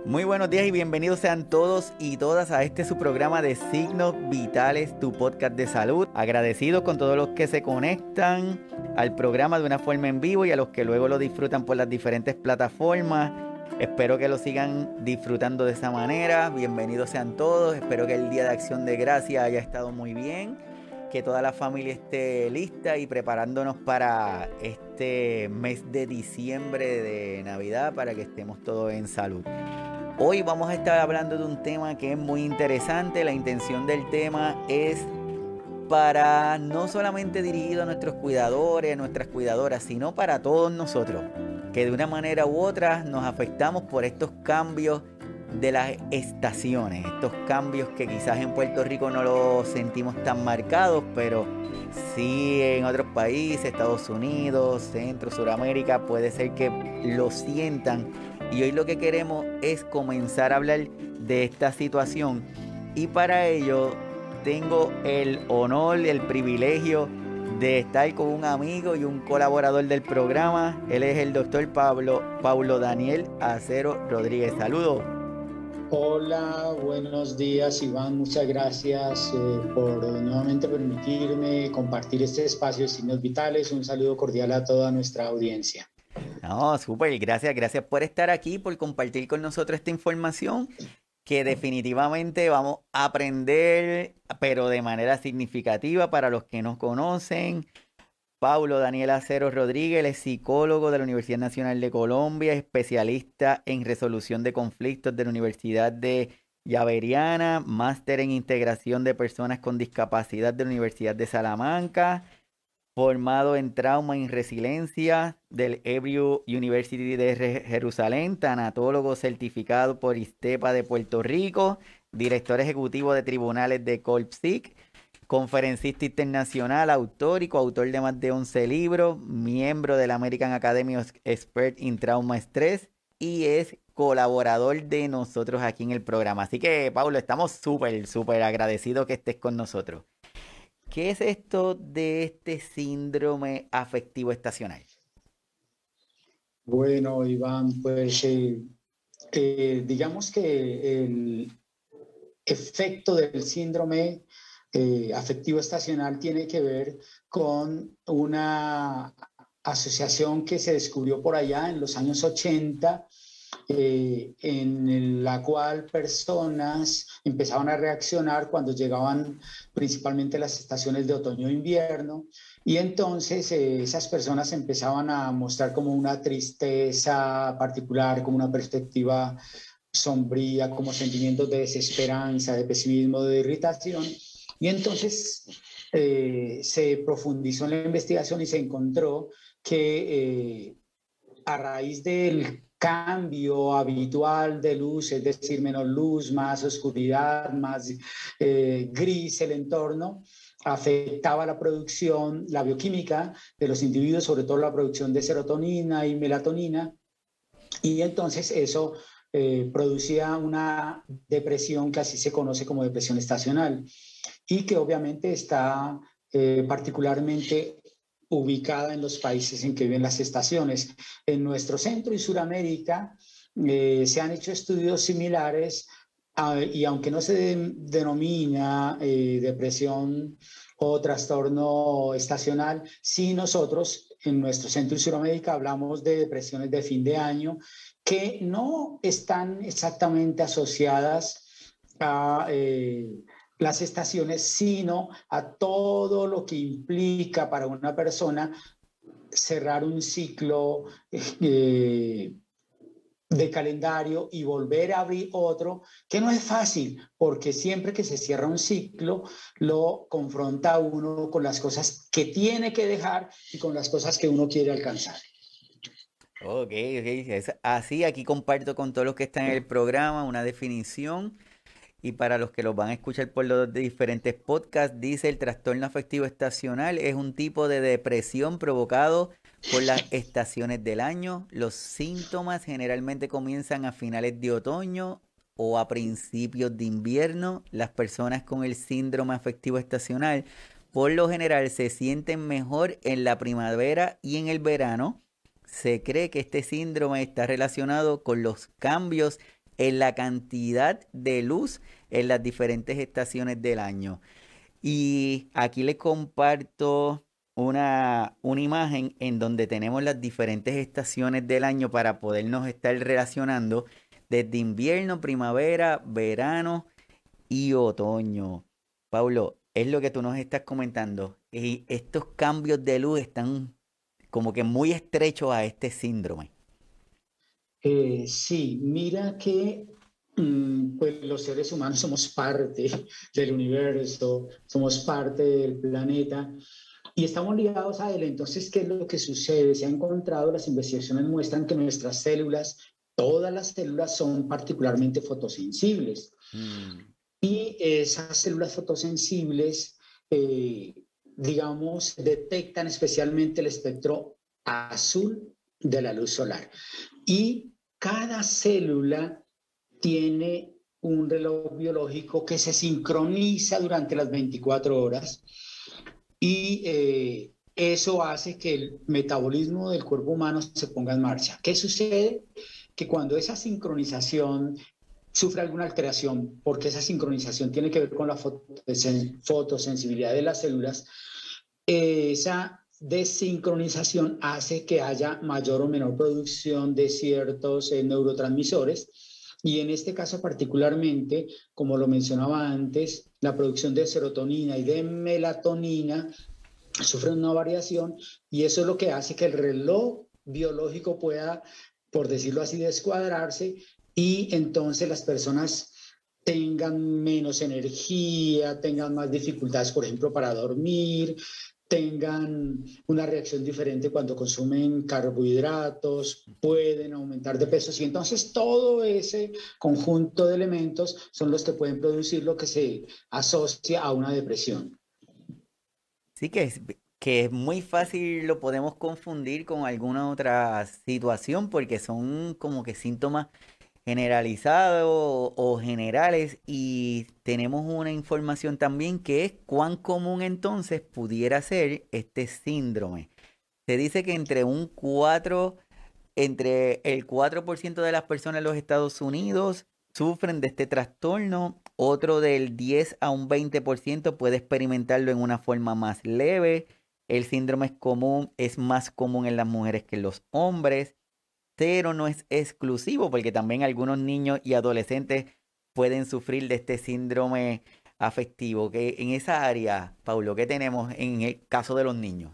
Muy buenos días y bienvenidos sean todos y todas a su programa de Signos Vitales, tu podcast de salud. Agradecidos con todos los que se conectan al programa de una forma en vivo y a los que luego lo disfrutan por las diferentes plataformas. Espero que lo sigan disfrutando de esa manera. Bienvenidos sean todos. Espero que el Día de Acción de Gracias haya estado muy bien, que toda la familia esté lista y preparándonos para este mes de diciembre de Navidad para que estemos todos en salud. Hoy vamos a estar hablando de un tema que es muy interesante. La intención del tema es para no solamente dirigido a nuestros cuidadores, a nuestras cuidadoras, sino para todos nosotros, que de una manera u otra nos afectamos por estos cambios de las estaciones, estos cambios que quizás en Puerto Rico no los sentimos tan marcados, pero sí en otros países, Estados Unidos, Centro, Suramérica, puede ser que lo sientan. Y hoy lo que queremos es comenzar a hablar de esta situación. Y para ello tengo el honor y el privilegio de estar con un amigo y un colaborador del programa. Él es el doctor Paulo Daniel Acero Rodríguez. Saludos. Hola, buenos días Iván, muchas gracias por nuevamente permitirme compartir este espacio de Signos Vitales. Un saludo cordial a toda nuestra audiencia. No, súper, gracias por estar aquí, por compartir con nosotros esta información que definitivamente vamos a aprender, pero de manera significativa para los que nos conocen. Paulo Daniel Acero Rodríguez es psicólogo de la Universidad Nacional de Colombia, especialista en resolución de conflictos de la Universidad de Javeriana, máster en integración de personas con discapacidad de la Universidad de Salamanca, formado en trauma y resiliencia del Hebrew University de Jerusalén, tanatólogo certificado por ISTEPA de Puerto Rico, director ejecutivo de tribunales de Colpsic, conferencista internacional, autor y coautor de más de 11 libros, miembro de la American Academy of Experts in Trauma Stress y es colaborador de nosotros aquí en el programa. Así que, Paulo, estamos súper agradecidos que estés con nosotros. ¿Qué es esto de este síndrome afectivo estacional? Bueno, Iván, pues digamos que el efecto del síndrome afectivo estacional tiene que ver con una asociación que se descubrió por allá en los años 80, en la cual personas empezaban a reaccionar cuando llegaban principalmente las estaciones de otoño e invierno, y entonces esas personas empezaban a mostrar como una tristeza particular, como una perspectiva sombría, como sentimientos de desesperanza, de pesimismo, de irritación. Y entonces se profundizó en la investigación y se encontró que a raíz del cambio habitual de luz, es decir, menos luz, más oscuridad, más gris el entorno, afectaba la producción, la bioquímica de los individuos, sobre todo la producción de serotonina y melatonina, y entonces eso producía una depresión que así se conoce como depresión estacional y que obviamente está particularmente ubicada en los países en que viven las estaciones. En nuestro Centro y Suramérica se han hecho estudios similares y aunque no se denomina depresión o trastorno estacional, sí nosotros en nuestro Centro y Suramérica hablamos de depresiones de fin de año que no están exactamente asociadas a las estaciones, sino a todo lo que implica para una persona cerrar un ciclo de calendario y volver a abrir otro, que no es fácil, porque siempre que se cierra un ciclo, lo confronta a uno con las cosas que tiene que dejar y con las cosas que uno quiere alcanzar. Ok, es así, aquí comparto con todos los que están en el programa una definición. Y para los que los van a escuchar por los diferentes podcasts, dice el trastorno afectivo estacional es un tipo de depresión provocado por las estaciones del año. Los síntomas generalmente comienzan a finales de otoño o a principios de invierno. Las personas con el síndrome afectivo estacional por lo general se sienten mejor en la primavera y en el verano. Se cree que este síndrome está relacionado con los cambios en la cantidad de luz en las diferentes estaciones del año. Y aquí les comparto una imagen en donde tenemos las diferentes estaciones del año para podernos estar relacionando desde invierno, primavera, verano y otoño. Paulo, es lo que tú nos estás comentando. Y estos cambios de luz están como que muy estrechos a este síndrome. Sí, mira que pues los seres humanos somos parte del universo, somos parte del planeta y estamos ligados a él. Entonces, ¿qué es lo que sucede? Se ha encontrado, las investigaciones muestran que nuestras células, todas las células son particularmente fotosensibles. Mm. Y esas células fotosensibles, digamos, detectan especialmente el espectro azul de la luz solar. Y cada célula tiene un reloj biológico que se sincroniza durante las 24 horas y eso hace que el metabolismo del cuerpo humano se ponga en marcha. ¿Qué sucede? Que cuando esa sincronización sufre alguna alteración, porque esa sincronización tiene que ver con la fotosensibilidad de las células, esa desincronización hace que haya mayor o menor producción de ciertos neurotransmisores. Y en este caso particularmente, como lo mencionaba antes, la producción de serotonina y de melatonina sufre una variación y eso es lo que hace que el reloj biológico pueda, por decirlo así, descuadrarse y entonces las personas tengan menos energía, tengan más dificultades, por ejemplo, para dormir, tengan una reacción diferente cuando consumen carbohidratos, pueden aumentar de peso. Y entonces todo ese conjunto de elementos son los que pueden producir lo que se asocia a una depresión. Sí que es muy fácil, lo podemos confundir con alguna otra situación porque son como que síntomas generalizados o generales y tenemos una información también que es cuán común entonces pudiera ser este síndrome. Se dice que entre el 4% de las personas en los Estados Unidos sufren de este trastorno, otro del 10 a un 20% puede experimentarlo en una forma más leve. El síndrome es más común en las mujeres que en los hombres, pero no es exclusivo porque también algunos niños y adolescentes pueden sufrir de este síndrome afectivo. Que en esa área, Paulo, ¿qué tenemos en el caso de los niños?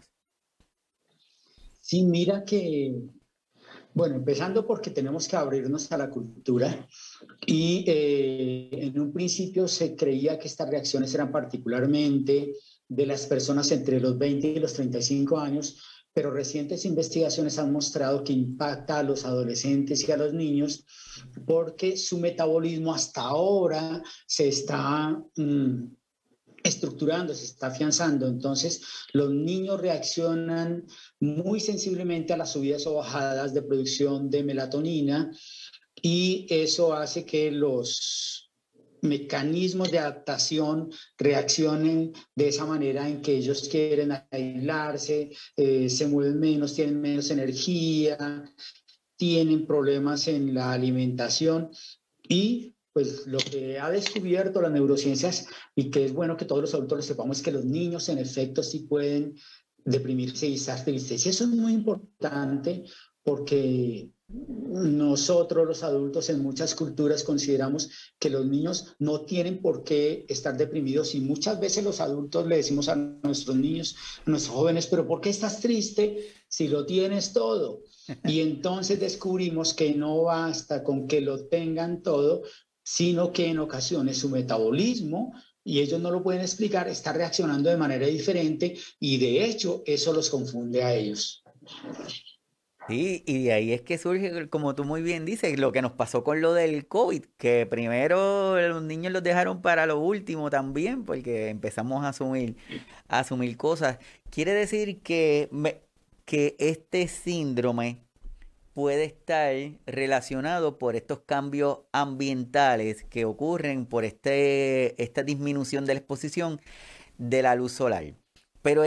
Sí, mira que, bueno, empezando porque tenemos que abrirnos a la cultura y en un principio se creía que estas reacciones eran particularmente de las personas entre los 20 y los 35 años, pero recientes investigaciones han mostrado que impacta a los adolescentes y a los niños porque su metabolismo hasta ahora se está estructurando, se está afianzando. Entonces, los niños reaccionan muy sensiblemente a las subidas o bajadas de producción de melatonina y eso hace que los mecanismos de adaptación reaccionen de esa manera en que ellos quieren aislarse, se mueven menos, tienen menos energía, tienen problemas en la alimentación y pues lo que ha descubierto las neurociencias y que es bueno que todos los adultos lo sepamos es que los niños en efecto sí pueden deprimirse y estar tristes. Y eso es muy importante porque nosotros los adultos en muchas culturas consideramos que los niños no tienen por qué estar deprimidos y muchas veces los adultos le decimos a nuestros niños, a nuestros jóvenes, pero ¿por qué estás triste si lo tienes todo? Y entonces descubrimos que no basta con que lo tengan todo, sino que en ocasiones su metabolismo, y ellos no lo pueden explicar, está reaccionando de manera diferente y de hecho eso los confunde a ellos. Sí, y de ahí es que surge, como tú muy bien dices, lo que nos pasó con lo del COVID, que primero los niños los dejaron para lo último también, porque empezamos a asumir cosas. Quiere decir que este síndrome puede estar relacionado por estos cambios ambientales que ocurren por esta disminución de la exposición de la luz solar. Pero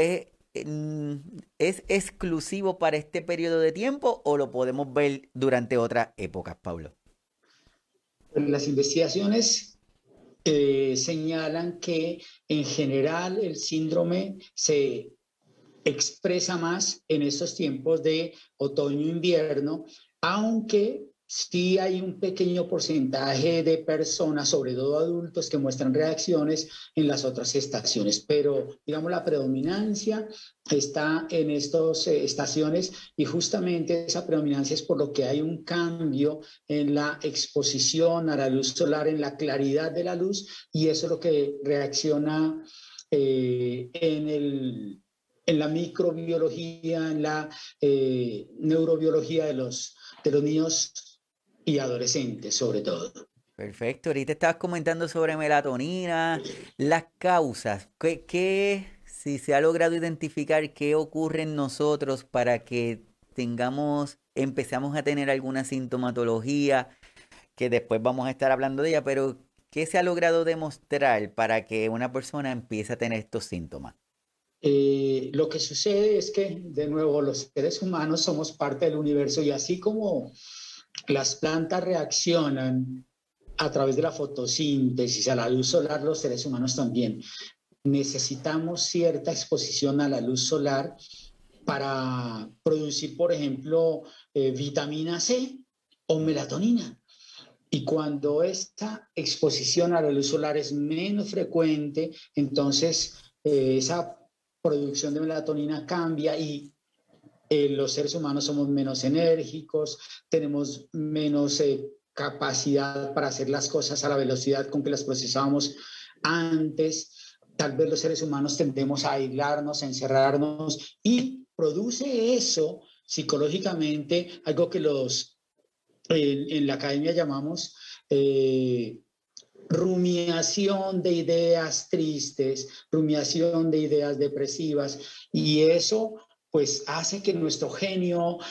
¿es exclusivo para este periodo de tiempo o lo podemos ver durante otras épocas, Pablo? Las investigaciones señalan que en general el síndrome se expresa más en estos tiempos de otoño-invierno, aunque sí hay un pequeño porcentaje de personas, sobre todo adultos, que muestran reacciones en las otras estaciones, pero digamos la predominancia está en estas estaciones y justamente esa predominancia es por lo que hay un cambio en la exposición a la luz solar, en la claridad de la luz, y eso es lo que reacciona en la microbiología, en la neurobiología de los niños y adolescentes, sobre todo. Perfecto, ahorita estabas comentando sobre melatonina, las causas. Si se ha logrado identificar qué ocurre en nosotros para que empezamos a tener alguna sintomatología, que después vamos a estar hablando de ella, pero ¿qué se ha logrado demostrar para que una persona empiece a tener estos síntomas? Lo que sucede es que, de nuevo, los seres humanos somos parte del universo y así como las plantas reaccionan a través de la fotosíntesis a la luz solar, los seres humanos también necesitamos cierta exposición a la luz solar para producir, por ejemplo, vitamina C o melatonina. Y cuando esta exposición a la luz solar es menos frecuente, entonces esa producción de melatonina cambia y los seres humanos somos menos enérgicos, tenemos menos capacidad para hacer las cosas a la velocidad con que las procesábamos antes. Tal vez los seres humanos tendemos a aislarnos, a encerrarnos y produce eso psicológicamente algo que en la academia llamamos rumiación de ideas tristes, rumiación de ideas depresivas, y eso pues hace que nuestro genio,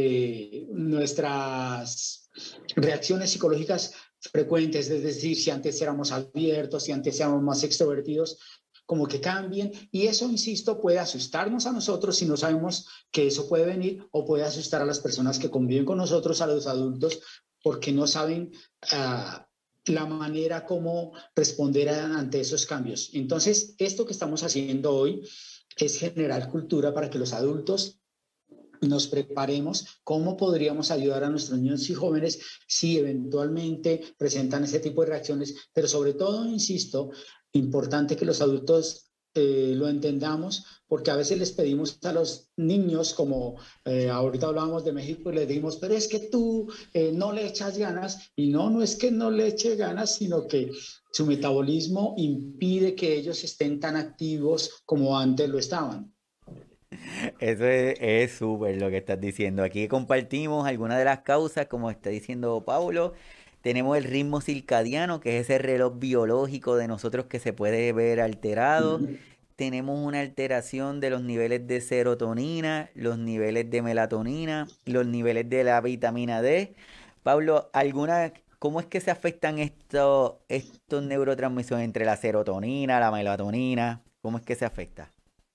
nuestras reacciones psicológicas frecuentes, es decir, si antes éramos abiertos, si antes éramos más extrovertidos, como que cambien, y eso, insisto, puede asustarnos a nosotros si no sabemos que eso puede venir, o puede asustar a las personas que conviven con nosotros, a los adultos, porque no saben la manera como responder ante esos cambios. Entonces, esto que estamos haciendo hoy es generar cultura para que los adultos nos preparemos cómo podríamos ayudar a nuestros niños y jóvenes si eventualmente presentan ese tipo de reacciones, pero sobre todo, insisto, importante que los adultos lo entendamos, porque a veces les pedimos a los niños, como ahorita hablábamos de México, y les decimos, pero es que tú no le echas ganas, y no es que no le eche ganas, sino que su metabolismo impide que ellos estén tan activos como antes lo estaban. Eso es súper lo que estás diciendo. Aquí compartimos algunas de las causas, como está diciendo Paulo. Tenemos el ritmo circadiano, que es ese reloj biológico de nosotros que se puede ver alterado. Tenemos una alteración de los niveles de serotonina, los niveles de melatonina, los niveles de la vitamina D. Pablo, ¿cómo es que se afectan estos neurotransmisores entre la serotonina, la melatonina? ¿Cómo es que se afecta?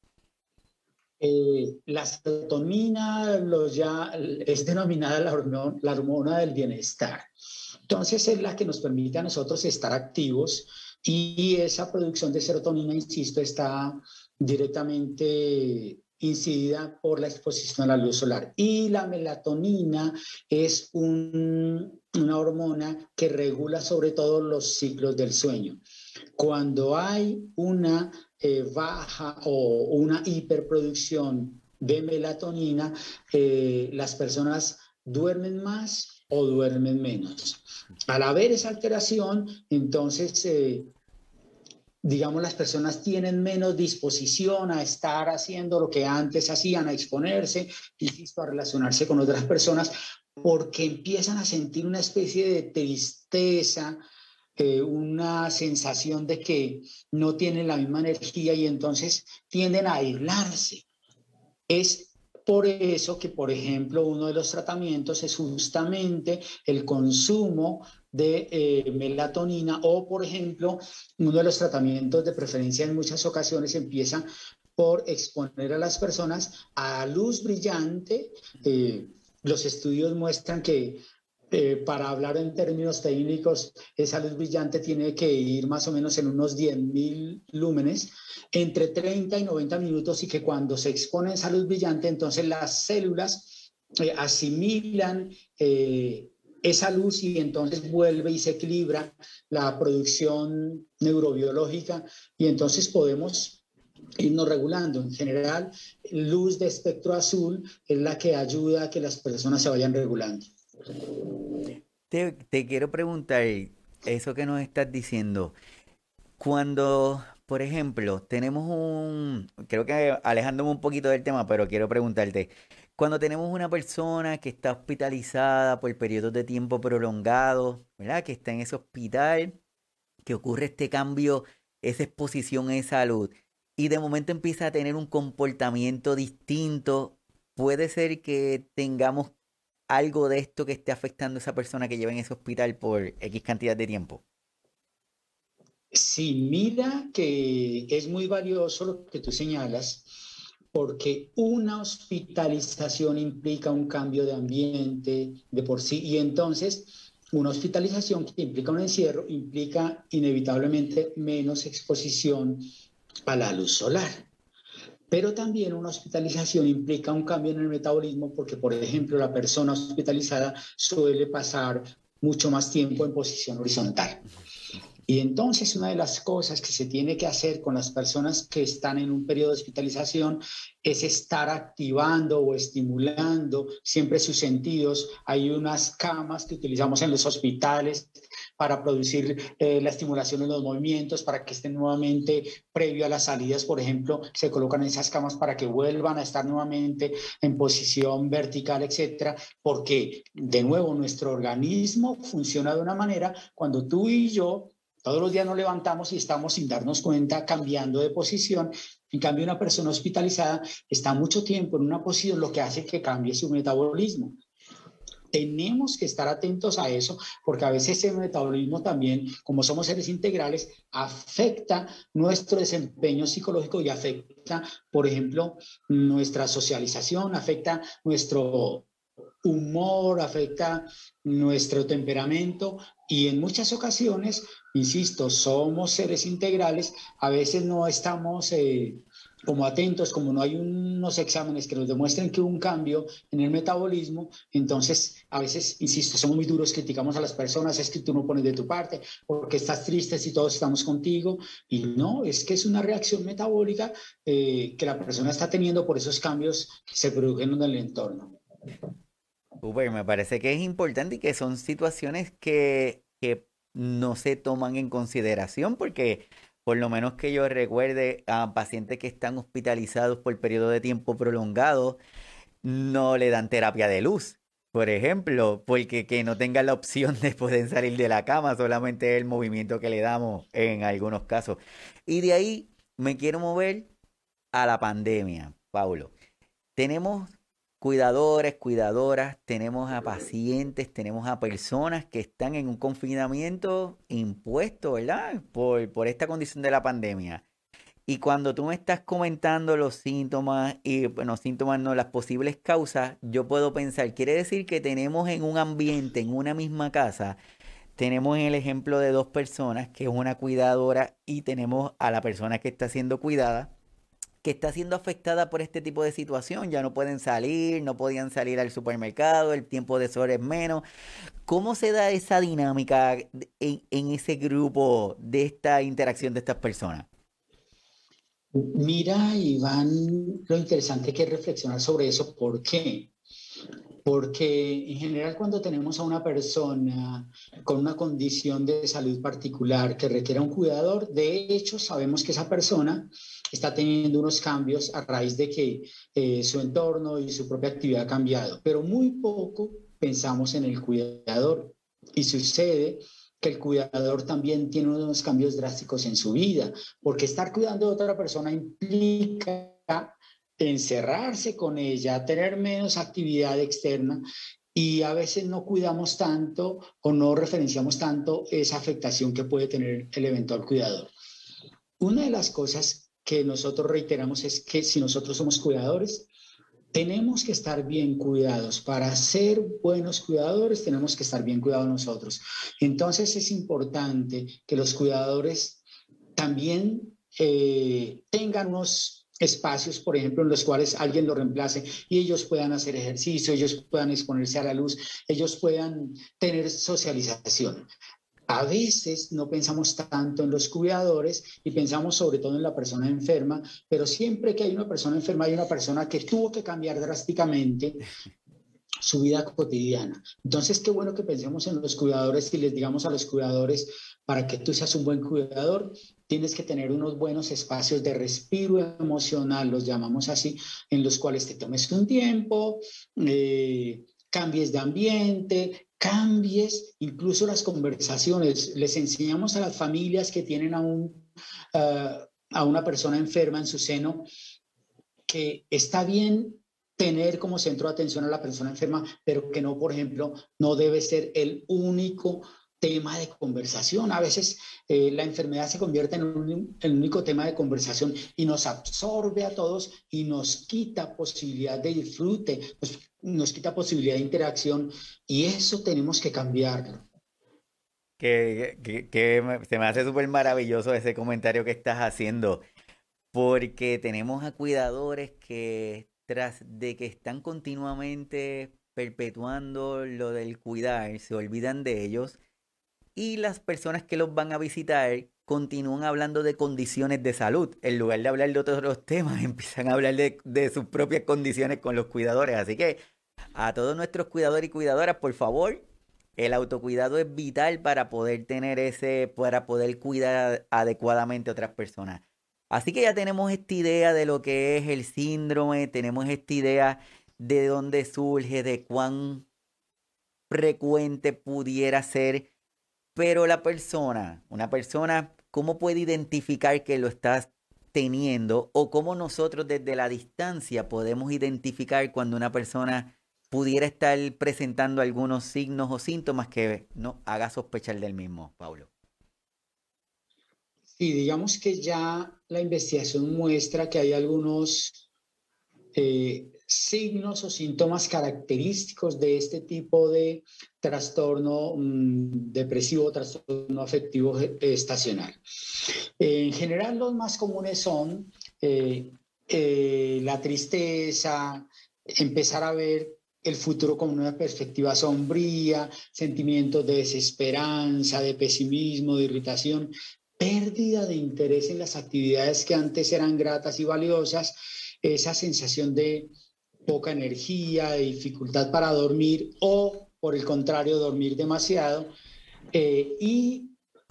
La serotonina es denominada la hormona del bienestar. Entonces es la que nos permite a nosotros estar activos y esa producción de serotonina, insisto, está directamente incidida por la exposición a la luz solar. Y la melatonina es una hormona que regula sobre todo los ciclos del sueño. Cuando hay una baja o una hiperproducción de melatonina, las personas duermen más o duermen menos. Al haber esa alteración, entonces, digamos, las personas tienen menos disposición a estar haciendo lo que antes hacían, a exponerse, insisto, a relacionarse con otras personas, porque empiezan a sentir una especie de tristeza, una sensación de que no tienen la misma energía y entonces tienden a aislarse. Es por eso que, por ejemplo, uno de los tratamientos es justamente el consumo de melatonina o, por ejemplo, uno de los tratamientos de preferencia en muchas ocasiones empieza por exponer a las personas a luz brillante. Los estudios muestran que Para hablar en términos técnicos, esa luz brillante tiene que ir más o menos en unos 10.000 lúmenes, entre 30 y 90 minutos, y que cuando se expone esa luz brillante, entonces las células asimilan esa luz y entonces vuelve y se equilibra la producción neurobiológica y entonces podemos irnos regulando. En general, luz de espectro azul es la que ayuda a que las personas se vayan regulando. Te quiero preguntar, eso que nos estás diciendo, cuando, por ejemplo, creo que alejándome un poquito del tema, pero quiero preguntarte, cuando tenemos una persona que está hospitalizada por periodos de tiempo prolongados, ¿verdad? Que está en ese hospital, que ocurre este cambio, esa exposición a esa luz, y de momento empieza a tener un comportamiento distinto, puede ser que tengamos algo de esto que esté afectando a esa persona que lleva en ese hospital por X cantidad de tiempo. Sí, mira que es muy valioso lo que tú señalas, porque una hospitalización implica un cambio de ambiente de por sí, y entonces una hospitalización que implica un encierro implica inevitablemente menos exposición a la luz solar. Pero también una hospitalización implica un cambio en el metabolismo porque, por ejemplo, la persona hospitalizada suele pasar mucho más tiempo en posición horizontal. Y entonces una de las cosas que se tiene que hacer con las personas que están en un periodo de hospitalización es estar activando o estimulando siempre sus sentidos. Hay unas camas que utilizamos en los hospitales para producir la estimulación de los movimientos, para que estén nuevamente previo a las salidas, por ejemplo, se colocan esas camas para que vuelvan a estar nuevamente en posición vertical, etcétera, porque de nuevo nuestro organismo funciona de una manera cuando tú y yo todos los días nos levantamos y estamos sin darnos cuenta cambiando de posición. En cambio, una persona hospitalizada está mucho tiempo en una posición, lo que hace que cambie su metabolismo. Tenemos que estar atentos a eso porque a veces ese metabolismo también, como somos seres integrales, afecta nuestro desempeño psicológico y afecta, por ejemplo, nuestra socialización, afecta nuestro humor, afecta nuestro temperamento y en muchas ocasiones, insisto, somos seres integrales, a veces no estamos como atentos, como no hay unos exámenes que nos demuestren que hubo un cambio en el metabolismo, entonces a veces, insisto, somos muy duros, criticamos a las personas, es que tú no pones de tu parte, porque estás triste si todos estamos contigo, y no, es que es una reacción metabólica que la persona está teniendo por esos cambios que se produjeron en el entorno. Súper, me parece que es importante y que son situaciones que no se toman en consideración porque por lo menos que yo recuerde a pacientes que están hospitalizados por periodo de tiempo prolongado, no le dan terapia de luz, por ejemplo, porque que no tengan la opción de poder salir de la cama, solamente el movimiento que le damos en algunos casos. Y de ahí me quiero mover a la pandemia, Paulo. Tenemos cuidadores, cuidadoras, tenemos a pacientes, tenemos a personas que están en un confinamiento impuesto, ¿verdad? Por esta condición de la pandemia. Y cuando tú me estás comentando los síntomas, y bueno, síntomas no, las posibles causas, yo puedo pensar, quiere decir que tenemos en un ambiente, en una misma casa, tenemos el ejemplo de dos personas, que es una cuidadora y tenemos a la persona que está siendo cuidada, que está siendo afectada por este tipo de situación. Ya no pueden salir, no podían salir al supermercado, el tiempo de sol es menos. ¿Cómo se da esa dinámica en ese grupo de esta interacción de estas personas? Mira, Iván, lo interesante que es reflexionar sobre eso. ¿Por qué? Porque en general cuando tenemos a una persona con una condición de salud particular que requiera un cuidador, de hecho sabemos que esa persona está teniendo unos cambios a raíz de que su entorno y su propia actividad ha cambiado, pero muy poco pensamos en el cuidador y sucede que el cuidador también tiene unos cambios drásticos en su vida, porque estar cuidando de otra persona implica encerrarse con ella, tener menos actividad externa y a veces no cuidamos tanto o no referenciamos tanto esa afectación que puede tener el eventual cuidador. Una de las cosas que nosotros reiteramos es que si nosotros somos cuidadores, tenemos que estar bien cuidados. Para ser buenos cuidadores tenemos que estar bien cuidados nosotros. Entonces es importante que los cuidadores también tengan unos espacios, por ejemplo, en los cuales alguien lo reemplace y ellos puedan hacer ejercicio, ellos puedan exponerse a la luz, ellos puedan tener socialización. A veces no pensamos tanto en los cuidadores y pensamos sobre todo en la persona enferma, pero siempre que hay una persona enferma hay una persona que tuvo que cambiar drásticamente su vida cotidiana. Entonces, qué bueno que pensemos en los cuidadores y les digamos a los cuidadores, para que tú seas un buen cuidador, tienes que tener unos buenos espacios de respiro emocional, los llamamos así, en los cuales te tomes un tiempo, cambies de ambiente, cambies incluso las conversaciones. Les enseñamos a las familias que tienen a una persona enferma en su seno que está bien tener como centro de atención a la persona enferma, pero que no, por ejemplo, no debe ser el único tema de conversación. A veces la enfermedad se convierte en el único tema de conversación y nos absorbe a todos y nos quita posibilidad de disfrute, nos quita posibilidad de interacción y eso tenemos que cambiarlo. Se me hace súper maravilloso ese comentario que estás haciendo, porque tenemos a cuidadores que tras de que están continuamente perpetuando lo del cuidar, se olvidan de ellos y las personas que los van a visitar continúan hablando de condiciones de salud. En lugar de hablar de otros los temas, empiezan a hablar de sus propias condiciones con los cuidadores. Así que a todos nuestros cuidadores y cuidadoras, por favor, el autocuidado es vital para poder para poder cuidar adecuadamente a otras personas. Así que ya tenemos esta idea de lo que es el síndrome, tenemos esta idea de dónde surge, de cuán frecuente pudiera ser, pero una persona, ¿cómo puede identificar que lo estás teniendo? O cómo nosotros desde la distancia podemos identificar cuando una persona pudiera estar presentando algunos signos o síntomas que nos haga sospechar del mismo, Pablo. Y digamos que ya la investigación muestra que hay algunos signos o síntomas característicos de este tipo de trastorno depresivo, trastorno afectivo estacional. En general, los más comunes son la tristeza, empezar a ver el futuro con una perspectiva sombría, sentimientos de desesperanza, de pesimismo, de irritación, pérdida de interés en las actividades que antes eran gratas y valiosas, esa sensación de poca energía, de dificultad para dormir o, por el contrario, dormir demasiado. Y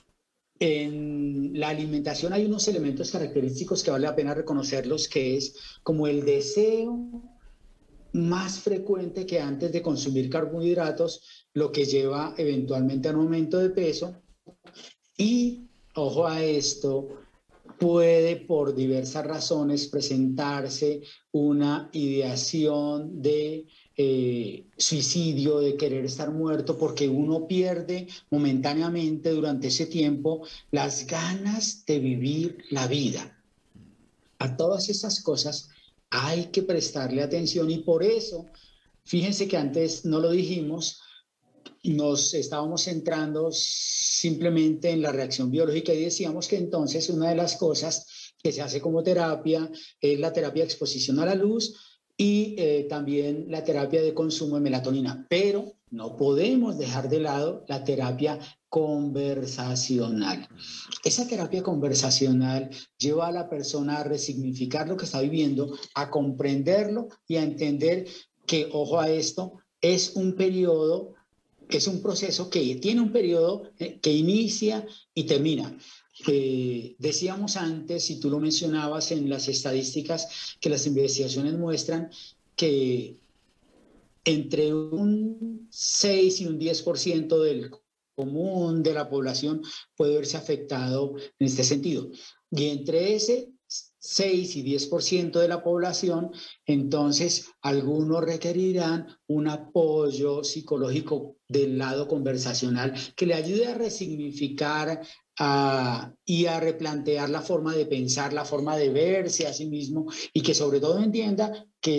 en la alimentación hay unos elementos característicos que vale la pena reconocerlos, que es como el deseo más frecuente que antes de consumir carbohidratos, lo que lleva eventualmente a un aumento de peso. Y, ojo a esto, puede por diversas razones presentarse una ideación de suicidio, de querer estar muerto, porque uno pierde momentáneamente durante ese tiempo las ganas de vivir la vida. A todas esas cosas hay que prestarle atención y por eso, fíjense que antes no lo dijimos, nos estábamos centrando simplemente en la reacción biológica y decíamos que entonces una de las cosas que se hace como terapia es la terapia de exposición a la luz y también la terapia de consumo de melatonina, pero no podemos dejar de lado la terapia conversacional. Esa terapia conversacional lleva a la persona a resignificar lo que está viviendo, a comprenderlo y a entender que, ojo a esto, es un periodo, es un proceso que tiene un periodo que inicia y termina. Decíamos antes, y tú lo mencionabas en las estadísticas, que las investigaciones muestran que entre un 6 y un 10% del común de la población puede verse afectado en este sentido. Y entre ese 6 y 10% de la población, entonces algunos requerirán un apoyo psicológico del lado conversacional que le ayude a resignificar y a replantear la forma de pensar, la forma de verse a sí mismo y que sobre todo entienda que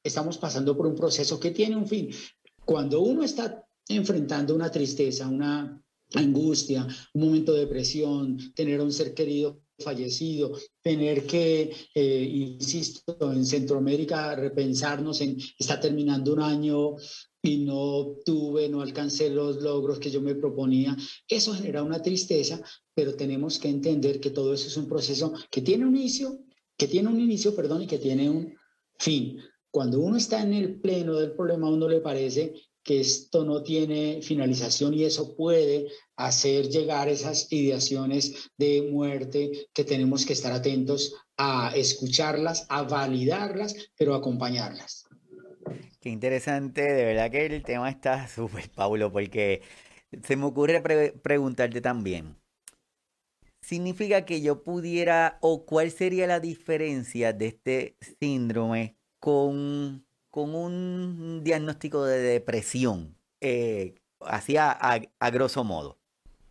estamos pasando por un proceso que tiene un fin. Cuando uno está enfrentando una tristeza, una angustia, un momento de depresión, tener a un ser querido fallecido, tener que, insisto, en Centroamérica repensarnos en, está terminando un año y no alcancé los logros que yo me proponía, eso genera una tristeza, pero tenemos que entender que todo eso es un proceso que tiene un inicio, perdón, y que tiene un fin. Cuando uno está en el pleno del problema, a uno le parece que esto no tiene finalización y eso puede hacer llegar esas ideaciones de muerte que tenemos que estar atentos a escucharlas, a validarlas, pero a acompañarlas. Qué interesante, de verdad que el tema está súper, Paulo, porque se me ocurre preguntarte también. ¿Significa que yo pudiera, o cuál sería la diferencia de este síndrome con un diagnóstico de depresión? Así a grosso modo.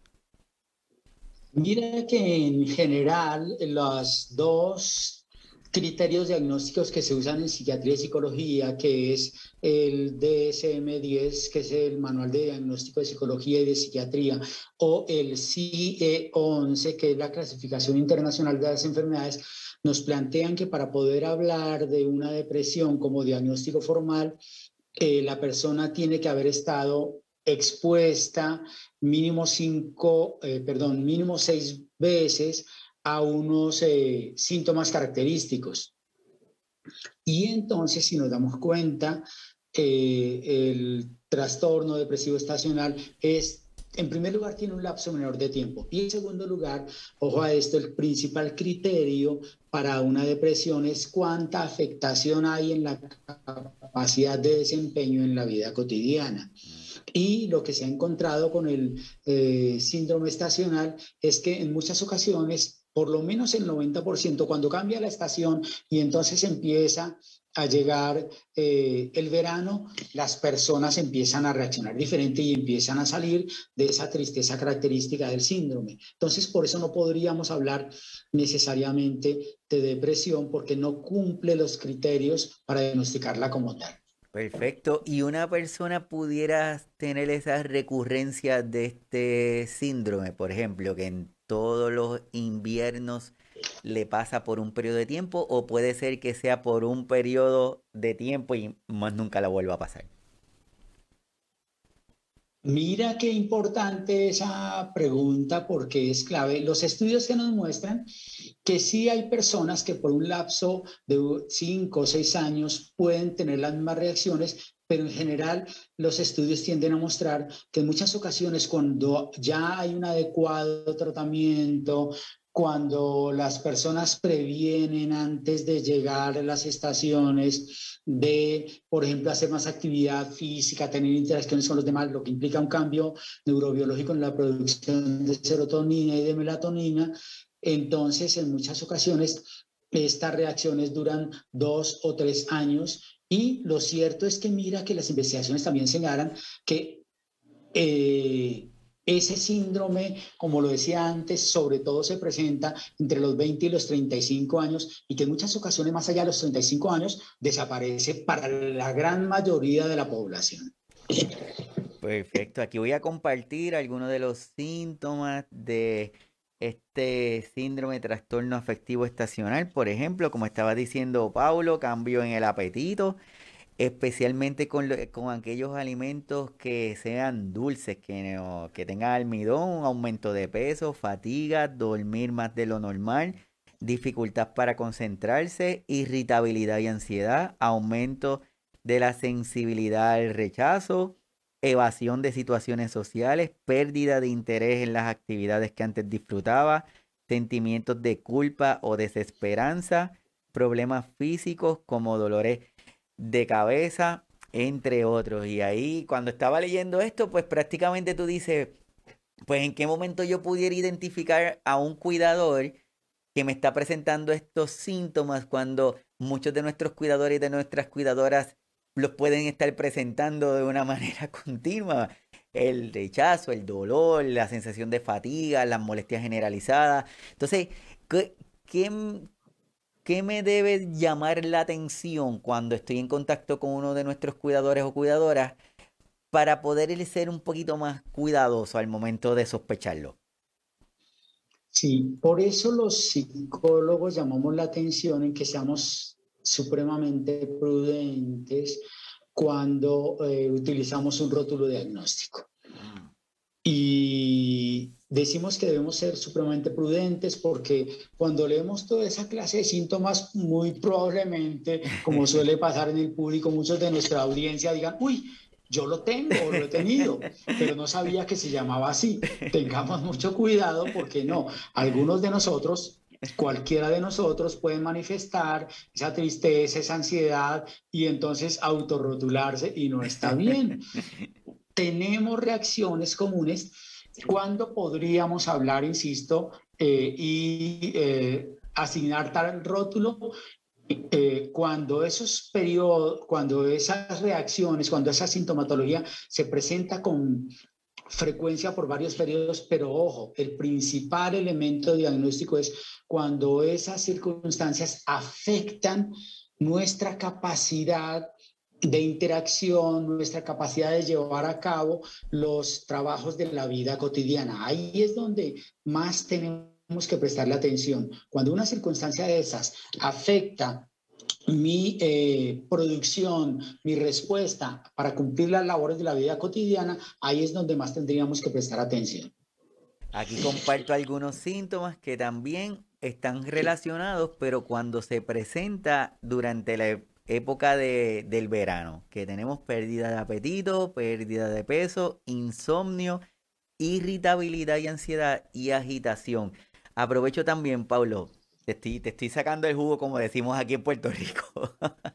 Mira que en general los dos criterios diagnósticos que se usan en psiquiatría y psicología, que es el DSM-10, que es el Manual de Diagnóstico de Psicología y de Psiquiatría, o el CIE-11, que es la Clasificación Internacional de las Enfermedades, nos plantean que para poder hablar de una depresión como diagnóstico formal, la persona tiene que haber estado expuesta mínimo 6 veces a unos síntomas característicos. Y entonces, si nos damos cuenta, el trastorno depresivo estacional es, en primer lugar, tiene un lapso menor de tiempo. Y en segundo lugar, ojo a esto, el principal criterio para una depresión es cuánta afectación hay en la capacidad de desempeño en la vida cotidiana. Y lo que se ha encontrado con el síndrome estacional es que en muchas ocasiones, por lo menos el 90%, cuando cambia la estación y entonces empieza a llegar el verano, las personas empiezan a reaccionar diferente y empiezan a salir de esa tristeza característica del síndrome. Entonces, por eso no podríamos hablar necesariamente de depresión porque no cumple los criterios para diagnosticarla como tal. Perfecto. ¿Y una persona pudiera tener esa recurrencia de este síndrome, por ejemplo, que en todos los inviernos le pasa por un periodo de tiempo, o puede ser que sea por un periodo de tiempo y más nunca la vuelva a pasar? Mira qué importante esa pregunta porque es clave. Los estudios que nos muestran que sí hay personas que por un lapso de 5 o 6 años pueden tener las mismas reacciones, pero en general los estudios tienden a mostrar que en muchas ocasiones cuando ya hay un adecuado tratamiento, cuando las personas previenen antes de llegar a las estaciones de, por ejemplo, hacer más actividad física, tener interacciones con los demás, lo que implica un cambio neurobiológico en la producción de serotonina y de melatonina, entonces en muchas ocasiones estas reacciones duran 2 o 3 años y lo cierto es que mira que las investigaciones también señalan que eh, ese síndrome, como lo decía antes, sobre todo se presenta entre los 20 y los 35 años y que en muchas ocasiones más allá de los 35 años desaparece para la gran mayoría de la población. Perfecto. Aquí voy a compartir algunos de los síntomas de este síndrome de trastorno afectivo estacional. Por ejemplo, como estaba diciendo Paulo, cambio en el apetito, especialmente con aquellos alimentos que sean dulces, que tengan almidón, aumento de peso, fatiga, dormir más de lo normal, dificultad para concentrarse, irritabilidad y ansiedad, aumento de la sensibilidad al rechazo, evasión de situaciones sociales, pérdida de interés en las actividades que antes disfrutaba, sentimientos de culpa o desesperanza, problemas físicos como dolores de cabeza, entre otros. Y ahí, cuando estaba leyendo esto, pues prácticamente tú dices, pues en qué momento yo pudiera identificar a un cuidador que me está presentando estos síntomas cuando muchos de nuestros cuidadores y de nuestras cuidadoras los pueden estar presentando de una manera continua. El rechazo, el dolor, la sensación de fatiga, las molestias generalizadas. Entonces, ¿qué, ¿qué me debe llamar la atención cuando estoy en contacto con uno de nuestros cuidadores o cuidadoras para poder ser un poquito más cuidadoso al momento de sospecharlo? Sí, por eso los psicólogos llamamos la atención en que seamos supremamente prudentes cuando utilizamos un rótulo diagnóstico. Mm. Y decimos que debemos ser supremamente prudentes porque cuando leemos toda esa clase de síntomas, muy probablemente, como suele pasar en el público, muchos de nuestra audiencia digan, uy, yo lo tengo o lo he tenido, pero no sabía que se llamaba así. Tengamos mucho cuidado porque no, algunos de nosotros, cualquiera de nosotros puede manifestar esa tristeza, esa ansiedad y entonces autorrotularse y no está bien. Tenemos reacciones comunes cuando podríamos hablar, insisto, y asignar tal rótulo cuando esos periodos, cuando esas reacciones, cuando esa sintomatología se presenta con frecuencia por varios periodos, pero ojo, el principal elemento diagnóstico es cuando esas circunstancias afectan nuestra capacidad de interacción, nuestra capacidad de llevar a cabo los trabajos de la vida cotidiana. Ahí es donde más tenemos que prestarle atención. Cuando una circunstancia de esas afecta mi producción, mi respuesta para cumplir las labores de la vida cotidiana, ahí es donde más tendríamos que prestar atención. Aquí comparto algunos síntomas que también están relacionados, pero cuando se presenta durante la época del verano, que tenemos pérdida de apetito, pérdida de peso, insomnio, irritabilidad y ansiedad y agitación. Aprovecho también, Pablo, te estoy sacando el jugo como decimos aquí en Puerto Rico.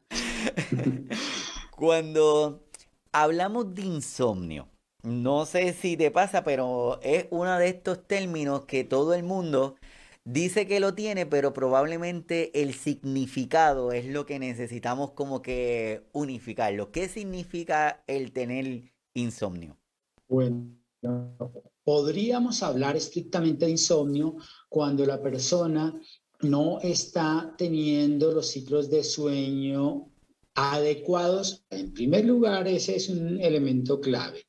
Cuando hablamos de insomnio, no sé si te pasa, pero es uno de estos términos que todo el mundo dice que lo tiene, pero probablemente el significado es lo que necesitamos como que unificarlo. ¿Qué significa el tener insomnio? Bueno, podríamos hablar estrictamente de insomnio cuando la persona no está teniendo los ciclos de sueño adecuados. En primer lugar, ese es un elemento clave.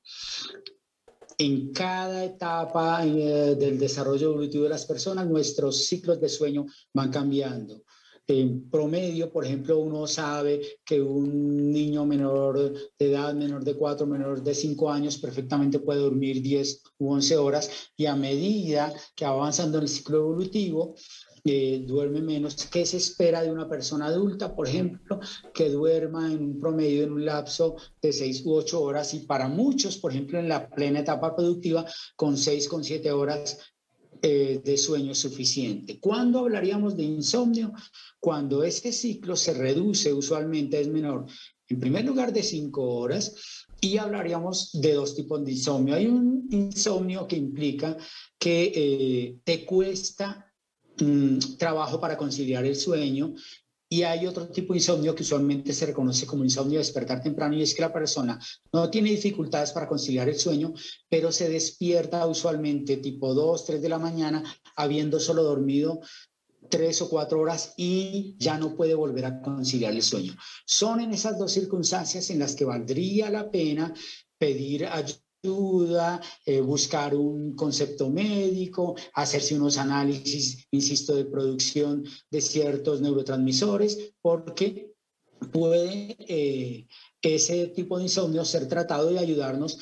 En cada etapa del desarrollo evolutivo de las personas, nuestros ciclos de sueño van cambiando. En promedio, por ejemplo, uno sabe que un niño menor de edad, menor de 4, menor de 5 años, perfectamente puede dormir 10 u 11 horas y a medida que va avanzando en el ciclo evolutivo, duerme menos. ¿Qué se espera de una persona adulta, por ejemplo, que duerma en un promedio, en un lapso de 6 u 8 horas y para muchos, por ejemplo, en la plena etapa productiva, con 6, con 7 horas de sueño suficiente? ¿Cuándo hablaríamos de insomnio? Cuando ese ciclo se reduce, usualmente es menor, en primer lugar de 5 horas, y hablaríamos de dos tipos de insomnio. Hay un insomnio que implica que te cuesta trabajo para conciliar el sueño. Y hay otro tipo de insomnio que usualmente se reconoce como insomnio de despertar temprano, y es que la persona no tiene dificultades para conciliar el sueño, pero se despierta usualmente tipo 2, 3 de la mañana, habiendo solo dormido 3 o 4 horas y ya no puede volver a conciliar el sueño. Son en esas dos circunstancias en las que valdría la pena pedir ayuda, buscar un concepto médico, hacerse unos análisis, insisto, de producción de ciertos neurotransmisores, porque puede ese tipo de insomnio ser tratado y ayudarnos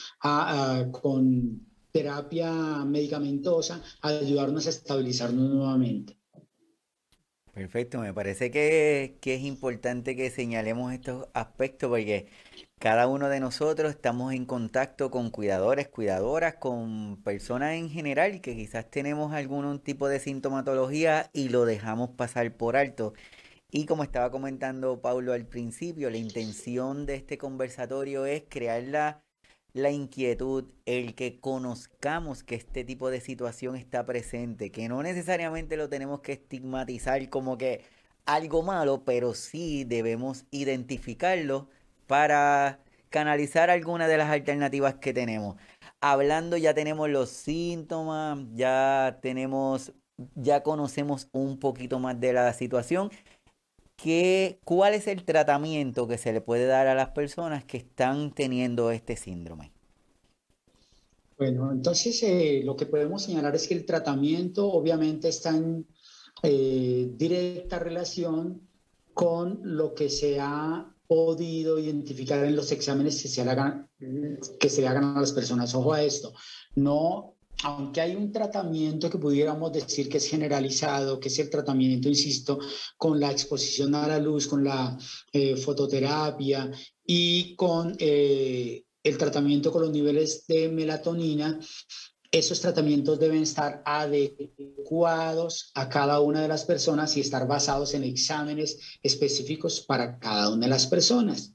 con terapia medicamentosa, a ayudarnos a estabilizarnos nuevamente. Perfecto, me parece que es importante que señalemos estos aspectos porque cada uno de nosotros estamos en contacto con cuidadores, cuidadoras, con personas en general que quizás tenemos algún tipo de sintomatología y lo dejamos pasar por alto. Y como estaba comentando Paulo al principio, la intención de este conversatorio es crear la inquietud, el que conozcamos que este tipo de situación está presente, que no necesariamente lo tenemos que estigmatizar como que algo malo, pero sí debemos identificarlo para canalizar alguna de las alternativas que tenemos. Hablando, ya tenemos los síntomas, ya conocemos un poquito más de la situación. ¿Cuál es el tratamiento que se le puede dar a las personas que están teniendo este síndrome? Bueno, entonces lo que podemos señalar es que el tratamiento obviamente está en directa relación con lo que se ha podido identificar en los exámenes que se le hagan a las personas. Ojo a esto, no, aunque hay un tratamiento que pudiéramos decir que es generalizado, que es el tratamiento, insisto, con la exposición a la luz, con la fototerapia y con el tratamiento con los niveles de melatonina, esos tratamientos deben estar adecuados a cada una de las personas y estar basados en exámenes específicos para cada una de las personas.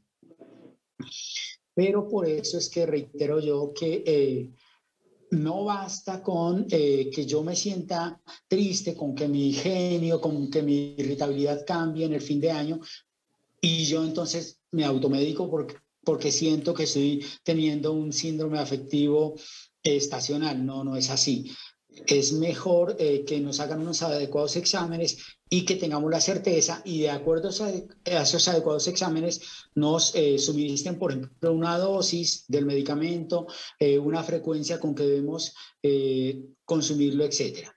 Pero por eso es que reitero yo que no basta con que yo me sienta triste, con que mi genio, con que mi irritabilidad cambie en el fin de año y yo entonces me automedico porque siento que estoy teniendo un síndrome afectivo estacional. No, no es así. Es mejor que nos hagan unos adecuados exámenes y que tengamos la certeza y de acuerdo a esos adecuados exámenes nos suministren, por ejemplo, una dosis del medicamento, una frecuencia con que debemos consumirlo, etcétera.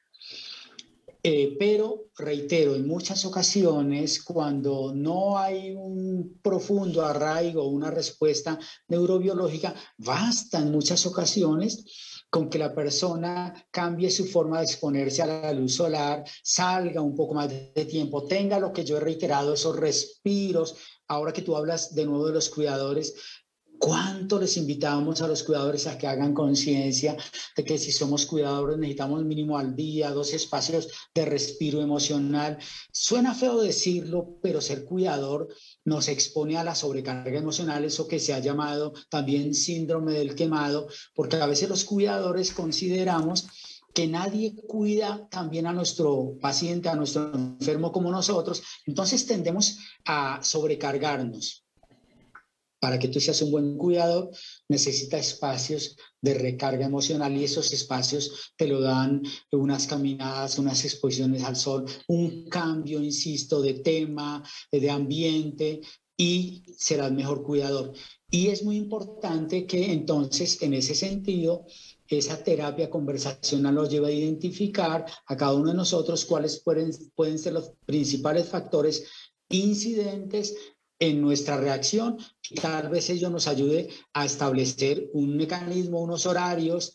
Pero, reitero, en muchas ocasiones, cuando no hay un profundo arraigo, una respuesta neurobiológica, basta en muchas ocasiones con que la persona cambie su forma de exponerse a la luz solar, salga un poco más de tiempo, tenga lo que yo he reiterado, esos respiros. Ahora que tú hablas de nuevo de los cuidadores, ¿cuánto les invitamos a los cuidadores a que hagan conciencia de que si somos cuidadores necesitamos mínimo al día 2 espacios de respiro emocional? Suena feo decirlo, pero ser cuidador nos expone a la sobrecarga emocional, eso que se ha llamado también síndrome del quemado, porque a veces los cuidadores consideramos que nadie cuida también a nuestro paciente, a nuestro enfermo como nosotros, entonces tendemos a sobrecargarnos. Para que tú seas un buen cuidador, necesita espacios de recarga emocional y esos espacios te lo dan unas caminadas, unas exposiciones al sol, un cambio, insisto, de tema, de ambiente y serás mejor cuidador. Y es muy importante que entonces, en ese sentido, esa terapia conversacional nos lleva a identificar a cada uno de nosotros cuáles pueden ser los principales factores incidentes en nuestra reacción y tal vez ello nos ayude a establecer un mecanismo, unos horarios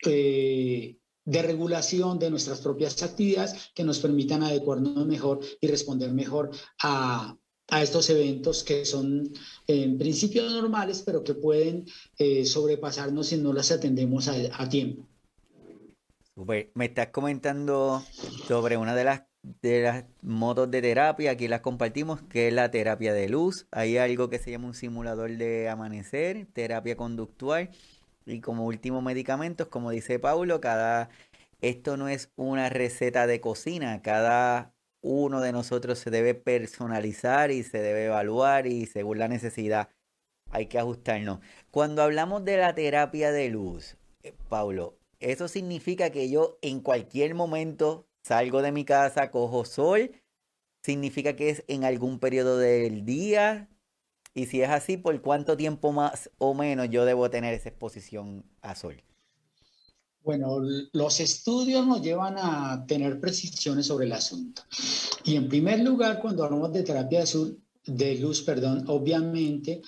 de regulación de nuestras propias actividades que nos permitan adecuarnos mejor y responder mejor a estos eventos que son en principio normales, pero que pueden sobrepasarnos si no las atendemos a tiempo. Super. Me estás comentando sobre una de las modos de terapia, aquí las compartimos, que es la terapia de luz. Hay algo que se llama un simulador de amanecer, terapia conductual y como último medicamentos, como dice Paulo, esto no es una receta de cocina, cada uno de nosotros se debe personalizar y se debe evaluar y según la necesidad hay que ajustarnos. Cuando hablamos de la terapia de luz, Paulo, eso significa que yo en cualquier momento salgo de mi casa, cojo sol, significa que es en algún periodo del día, y si es así, ¿por cuánto tiempo más o menos yo debo tener esa exposición a sol? Bueno, los estudios nos llevan a tener precisiones sobre el asunto. Y en primer lugar, cuando hablamos de terapia de luz, perdón, obviamente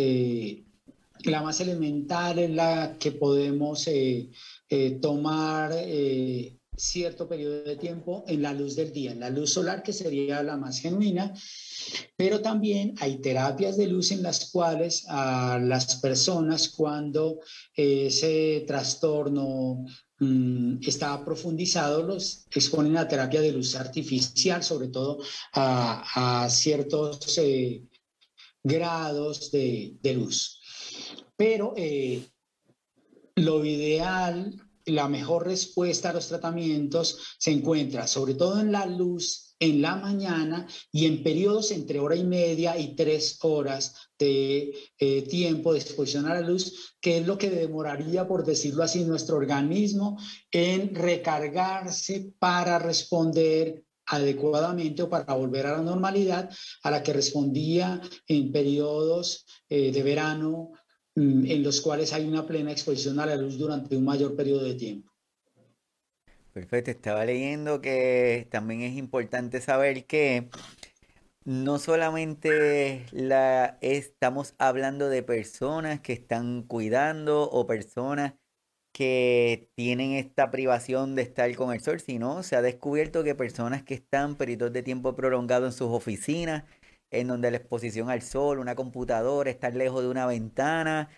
la más elemental es la que podemos tomar cierto periodo de tiempo en la luz del día, en la luz solar, que sería la más genuina, pero también hay terapias de luz en las cuales a las personas cuando ese trastorno está profundizado, los exponen a terapia de luz artificial, sobre todo a ciertos grados de luz. Pero lo ideal, la mejor respuesta a los tratamientos se encuentra sobre todo en la luz en la mañana y en periodos entre hora y media y 3 horas de tiempo de exposición a la luz, que es lo que demoraría, por decirlo así, nuestro organismo en recargarse para responder adecuadamente o para volver a la normalidad a la que respondía en periodos de verano en los cuales hay una plena exposición a la luz durante un mayor periodo de tiempo. Perfecto, estaba leyendo que también es importante saber que no solamente estamos hablando de personas que están cuidando o personas que tienen esta privación de estar con el sol, sino se ha descubierto que personas que están periodos de tiempo prolongado en sus oficinas, en donde la exposición al sol, una computadora, estar lejos de una ventana,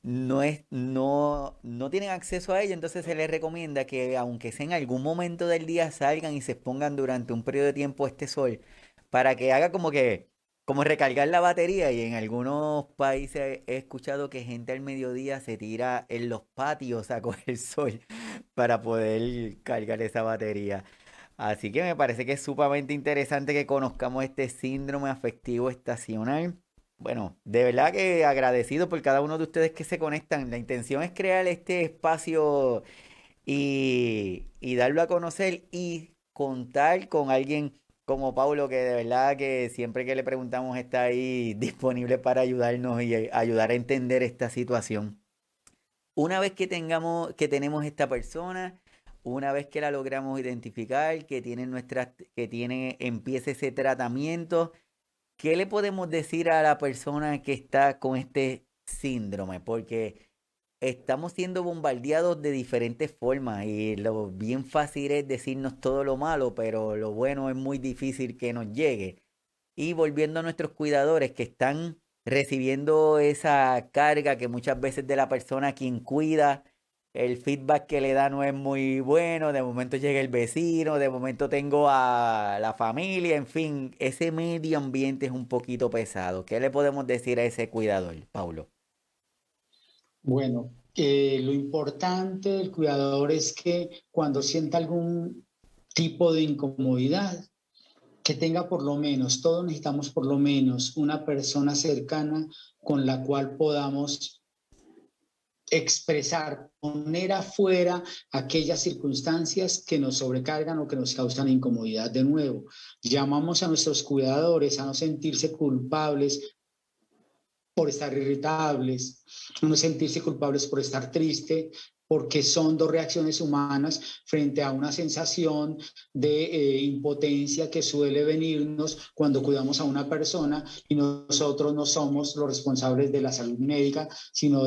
no tienen acceso a ello, entonces se les recomienda que aunque sea en algún momento del día salgan y se expongan durante un periodo de tiempo a este sol, para que haga como recargar la batería. Y en algunos países he escuchado que gente al mediodía se tira en los patios a coger sol para poder cargar esa batería. Así que me parece que es sumamente interesante que conozcamos este síndrome afectivo estacional. Bueno, de verdad que agradecido por cada uno de ustedes que se conectan. La intención es crear este espacio y darlo a conocer y contar con alguien como Paulo, que de verdad que siempre que le preguntamos está ahí disponible para ayudarnos y ayudar a entender esta situación. Una vez que tenemos esta persona, una vez que la logramos identificar, empieza ese tratamiento, ¿qué le podemos decir a la persona que está con este síndrome? Porque estamos siendo bombardeados de diferentes formas y lo bien fácil es decirnos todo lo malo, pero lo bueno es muy difícil que nos llegue. Y volviendo a nuestros cuidadores que están recibiendo esa carga que muchas veces de la persona a quien cuida, el feedback que le da no es muy bueno, de momento llega el vecino, de momento tengo a la familia, en fin, ese medio ambiente es un poquito pesado. ¿Qué le podemos decir a ese cuidador, Paulo? Bueno, lo importante del cuidador es que cuando sienta algún tipo de incomodidad, que tenga por lo menos, todos necesitamos por lo menos una persona cercana con la cual podamos expresar, poner afuera aquellas circunstancias que nos sobrecargan o que nos causan incomodidad. De nuevo, llamamos a nuestros cuidadores a no sentirse culpables por estar irritables, no sentirse culpables por estar triste, porque son dos reacciones humanas frente a una sensación de impotencia que suele venirnos cuando cuidamos a una persona y nosotros no somos los responsables de la salud médica, sino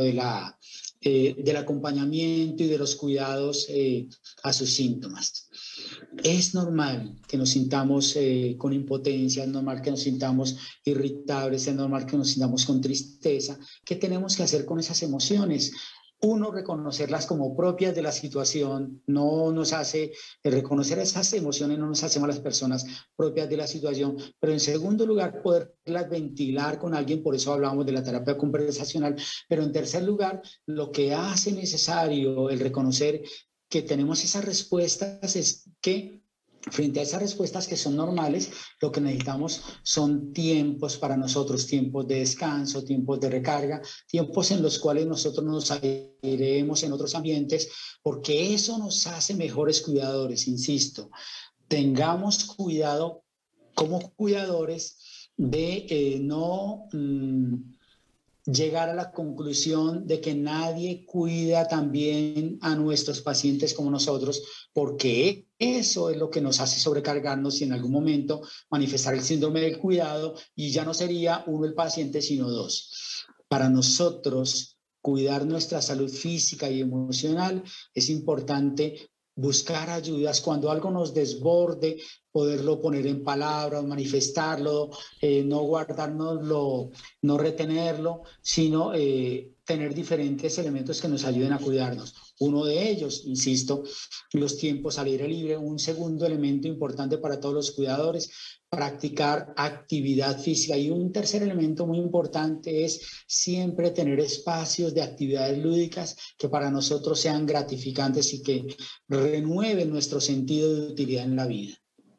del acompañamiento y de los cuidados a sus síntomas. Es normal que nos sintamos con impotencia, es normal que nos sintamos irritables, es normal que nos sintamos con tristeza. ¿Qué tenemos que hacer con esas emociones? Uno, reconocerlas como propias de la situación, no nos hace, reconocer esas emociones no nos hace malas personas propias de la situación, pero en segundo lugar, poderlas ventilar con alguien, por eso hablamos de la terapia conversacional, pero en tercer lugar, lo que hace necesario el reconocer que tenemos esas respuestas es que frente a esas respuestas que son normales, lo que necesitamos son tiempos para nosotros, tiempos de descanso, tiempos de recarga, tiempos en los cuales nosotros nos airemos en otros ambientes, porque eso nos hace mejores cuidadores, insisto. Tengamos cuidado como cuidadores de no llegar a la conclusión de que nadie cuida tan bien a nuestros pacientes como nosotros, porque eso es lo que nos hace sobrecargarnos y en algún momento manifestar el síndrome del cuidado y ya no sería uno el paciente, sino dos. Para nosotros, cuidar nuestra salud física y emocional es importante buscar ayudas cuando algo nos desborde, poderlo poner en palabras, manifestarlo, no guardárnoslo, no retenerlo, sino tener diferentes elementos que nos ayuden a cuidarnos. Uno de ellos, insisto, los tiempos al aire libre. Un segundo elemento importante para todos los cuidadores, practicar actividad física. Y un tercer elemento muy importante es siempre tener espacios de actividades lúdicas que para nosotros sean gratificantes y que renueven nuestro sentido de utilidad en la vida.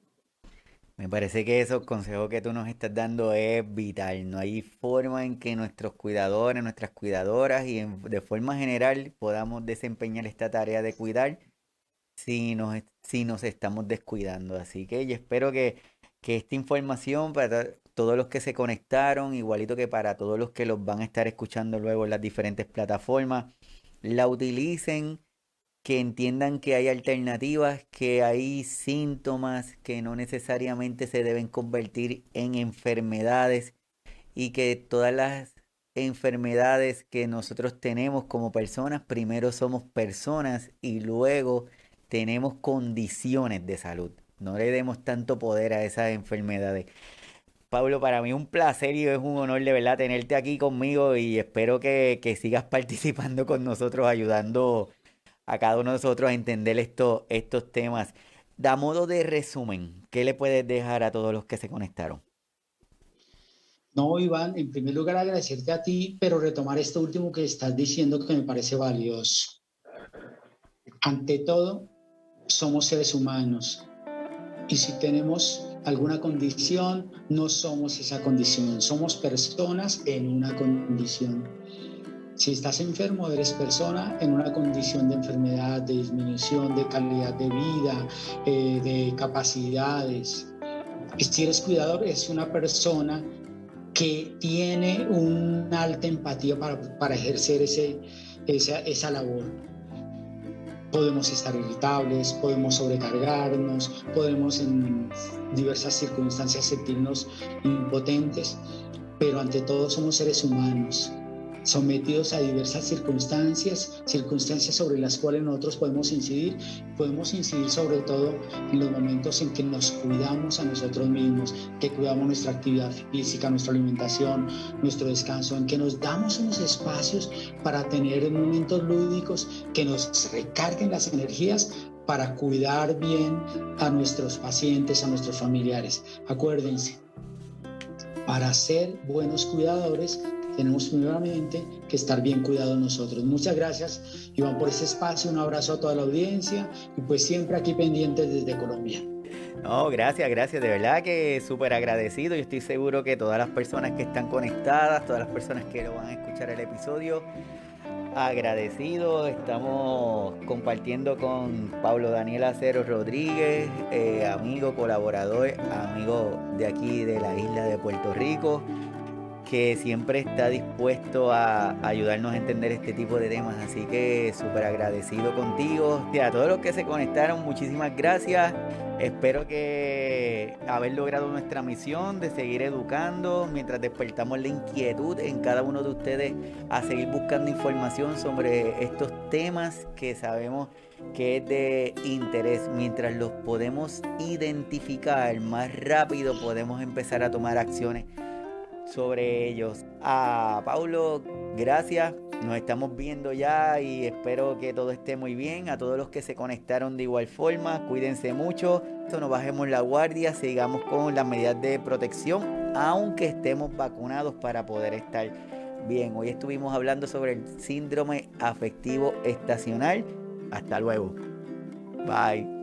Me parece que esos consejos que tú nos estás dando es vital. No hay forma en que nuestros cuidadores, nuestras cuidadoras de forma general podamos desempeñar esta tarea de cuidar si nos estamos descuidando. Así que yo espero que esta información para todos los que se conectaron, igualito que para todos los que los van a estar escuchando luego en las diferentes plataformas, la utilicen, que entiendan que hay alternativas, que hay síntomas que no necesariamente se deben convertir en enfermedades y que todas las enfermedades que nosotros tenemos como personas, primero somos personas y luego tenemos condiciones de salud. No le demos tanto poder a esas enfermedades. Pablo, para mí es un placer y es un honor de verdad tenerte aquí conmigo y espero que sigas participando con nosotros, ayudando a cada uno de nosotros a entender estos temas. Da modo de resumen, ¿qué le puedes dejar a todos los que se conectaron? No, Iván, en primer lugar agradecerte a ti, pero retomar esto último que estás diciendo que me parece valioso. Ante todo, somos seres humanos y si tenemos alguna condición, no somos esa condición, somos personas en una condición. Si estás enfermo, eres persona en una condición de enfermedad, de disminución de calidad de vida, de capacidades. Y si eres cuidador, es una persona que tiene una alta empatía para ejercer esa labor. Podemos estar irritables, podemos sobrecargarnos, podemos en diversas circunstancias sentirnos impotentes, pero ante todo somos seres humanos, sometidos a diversas circunstancias sobre las cuales nosotros podemos incidir sobre todo en los momentos en que nos cuidamos a nosotros mismos, que cuidamos nuestra actividad física, nuestra alimentación, nuestro descanso, en que nos damos unos espacios para tener momentos lúdicos que nos recarguen las energías para cuidar bien a nuestros pacientes, a nuestros familiares. Acuérdense, para ser buenos cuidadores tenemos primeramente que estar bien cuidados nosotros. Muchas gracias, Iván, por este espacio. Un abrazo a toda la audiencia y pues siempre aquí pendientes desde Colombia. No, gracias, gracias. De verdad que súper agradecido. Yo estoy seguro que todas las personas que están conectadas, todas las personas que lo van a escuchar el episodio, agradecidos. Estamos compartiendo con Pablo Daniel Acero Rodríguez, amigo, colaborador, amigo de aquí de la isla de Puerto Rico, que siempre está dispuesto a ayudarnos a entender este tipo de temas. Así que súper agradecido contigo. A todos los que se conectaron, muchísimas gracias. Espero que haber logrado nuestra misión de seguir educando mientras despertamos la inquietud en cada uno de ustedes a seguir buscando información sobre estos temas que sabemos que es de interés. Mientras los podemos identificar más rápido, podemos empezar a tomar acciones sobre ellos. A Paulo, gracias. Nos estamos viendo ya y espero que todo esté muy bien. A todos los que se conectaron de igual forma, cuídense mucho. No bajemos la guardia, sigamos con las medidas de protección, aunque estemos vacunados para poder estar bien. Hoy estuvimos hablando sobre el síndrome afectivo estacional. Hasta luego. Bye.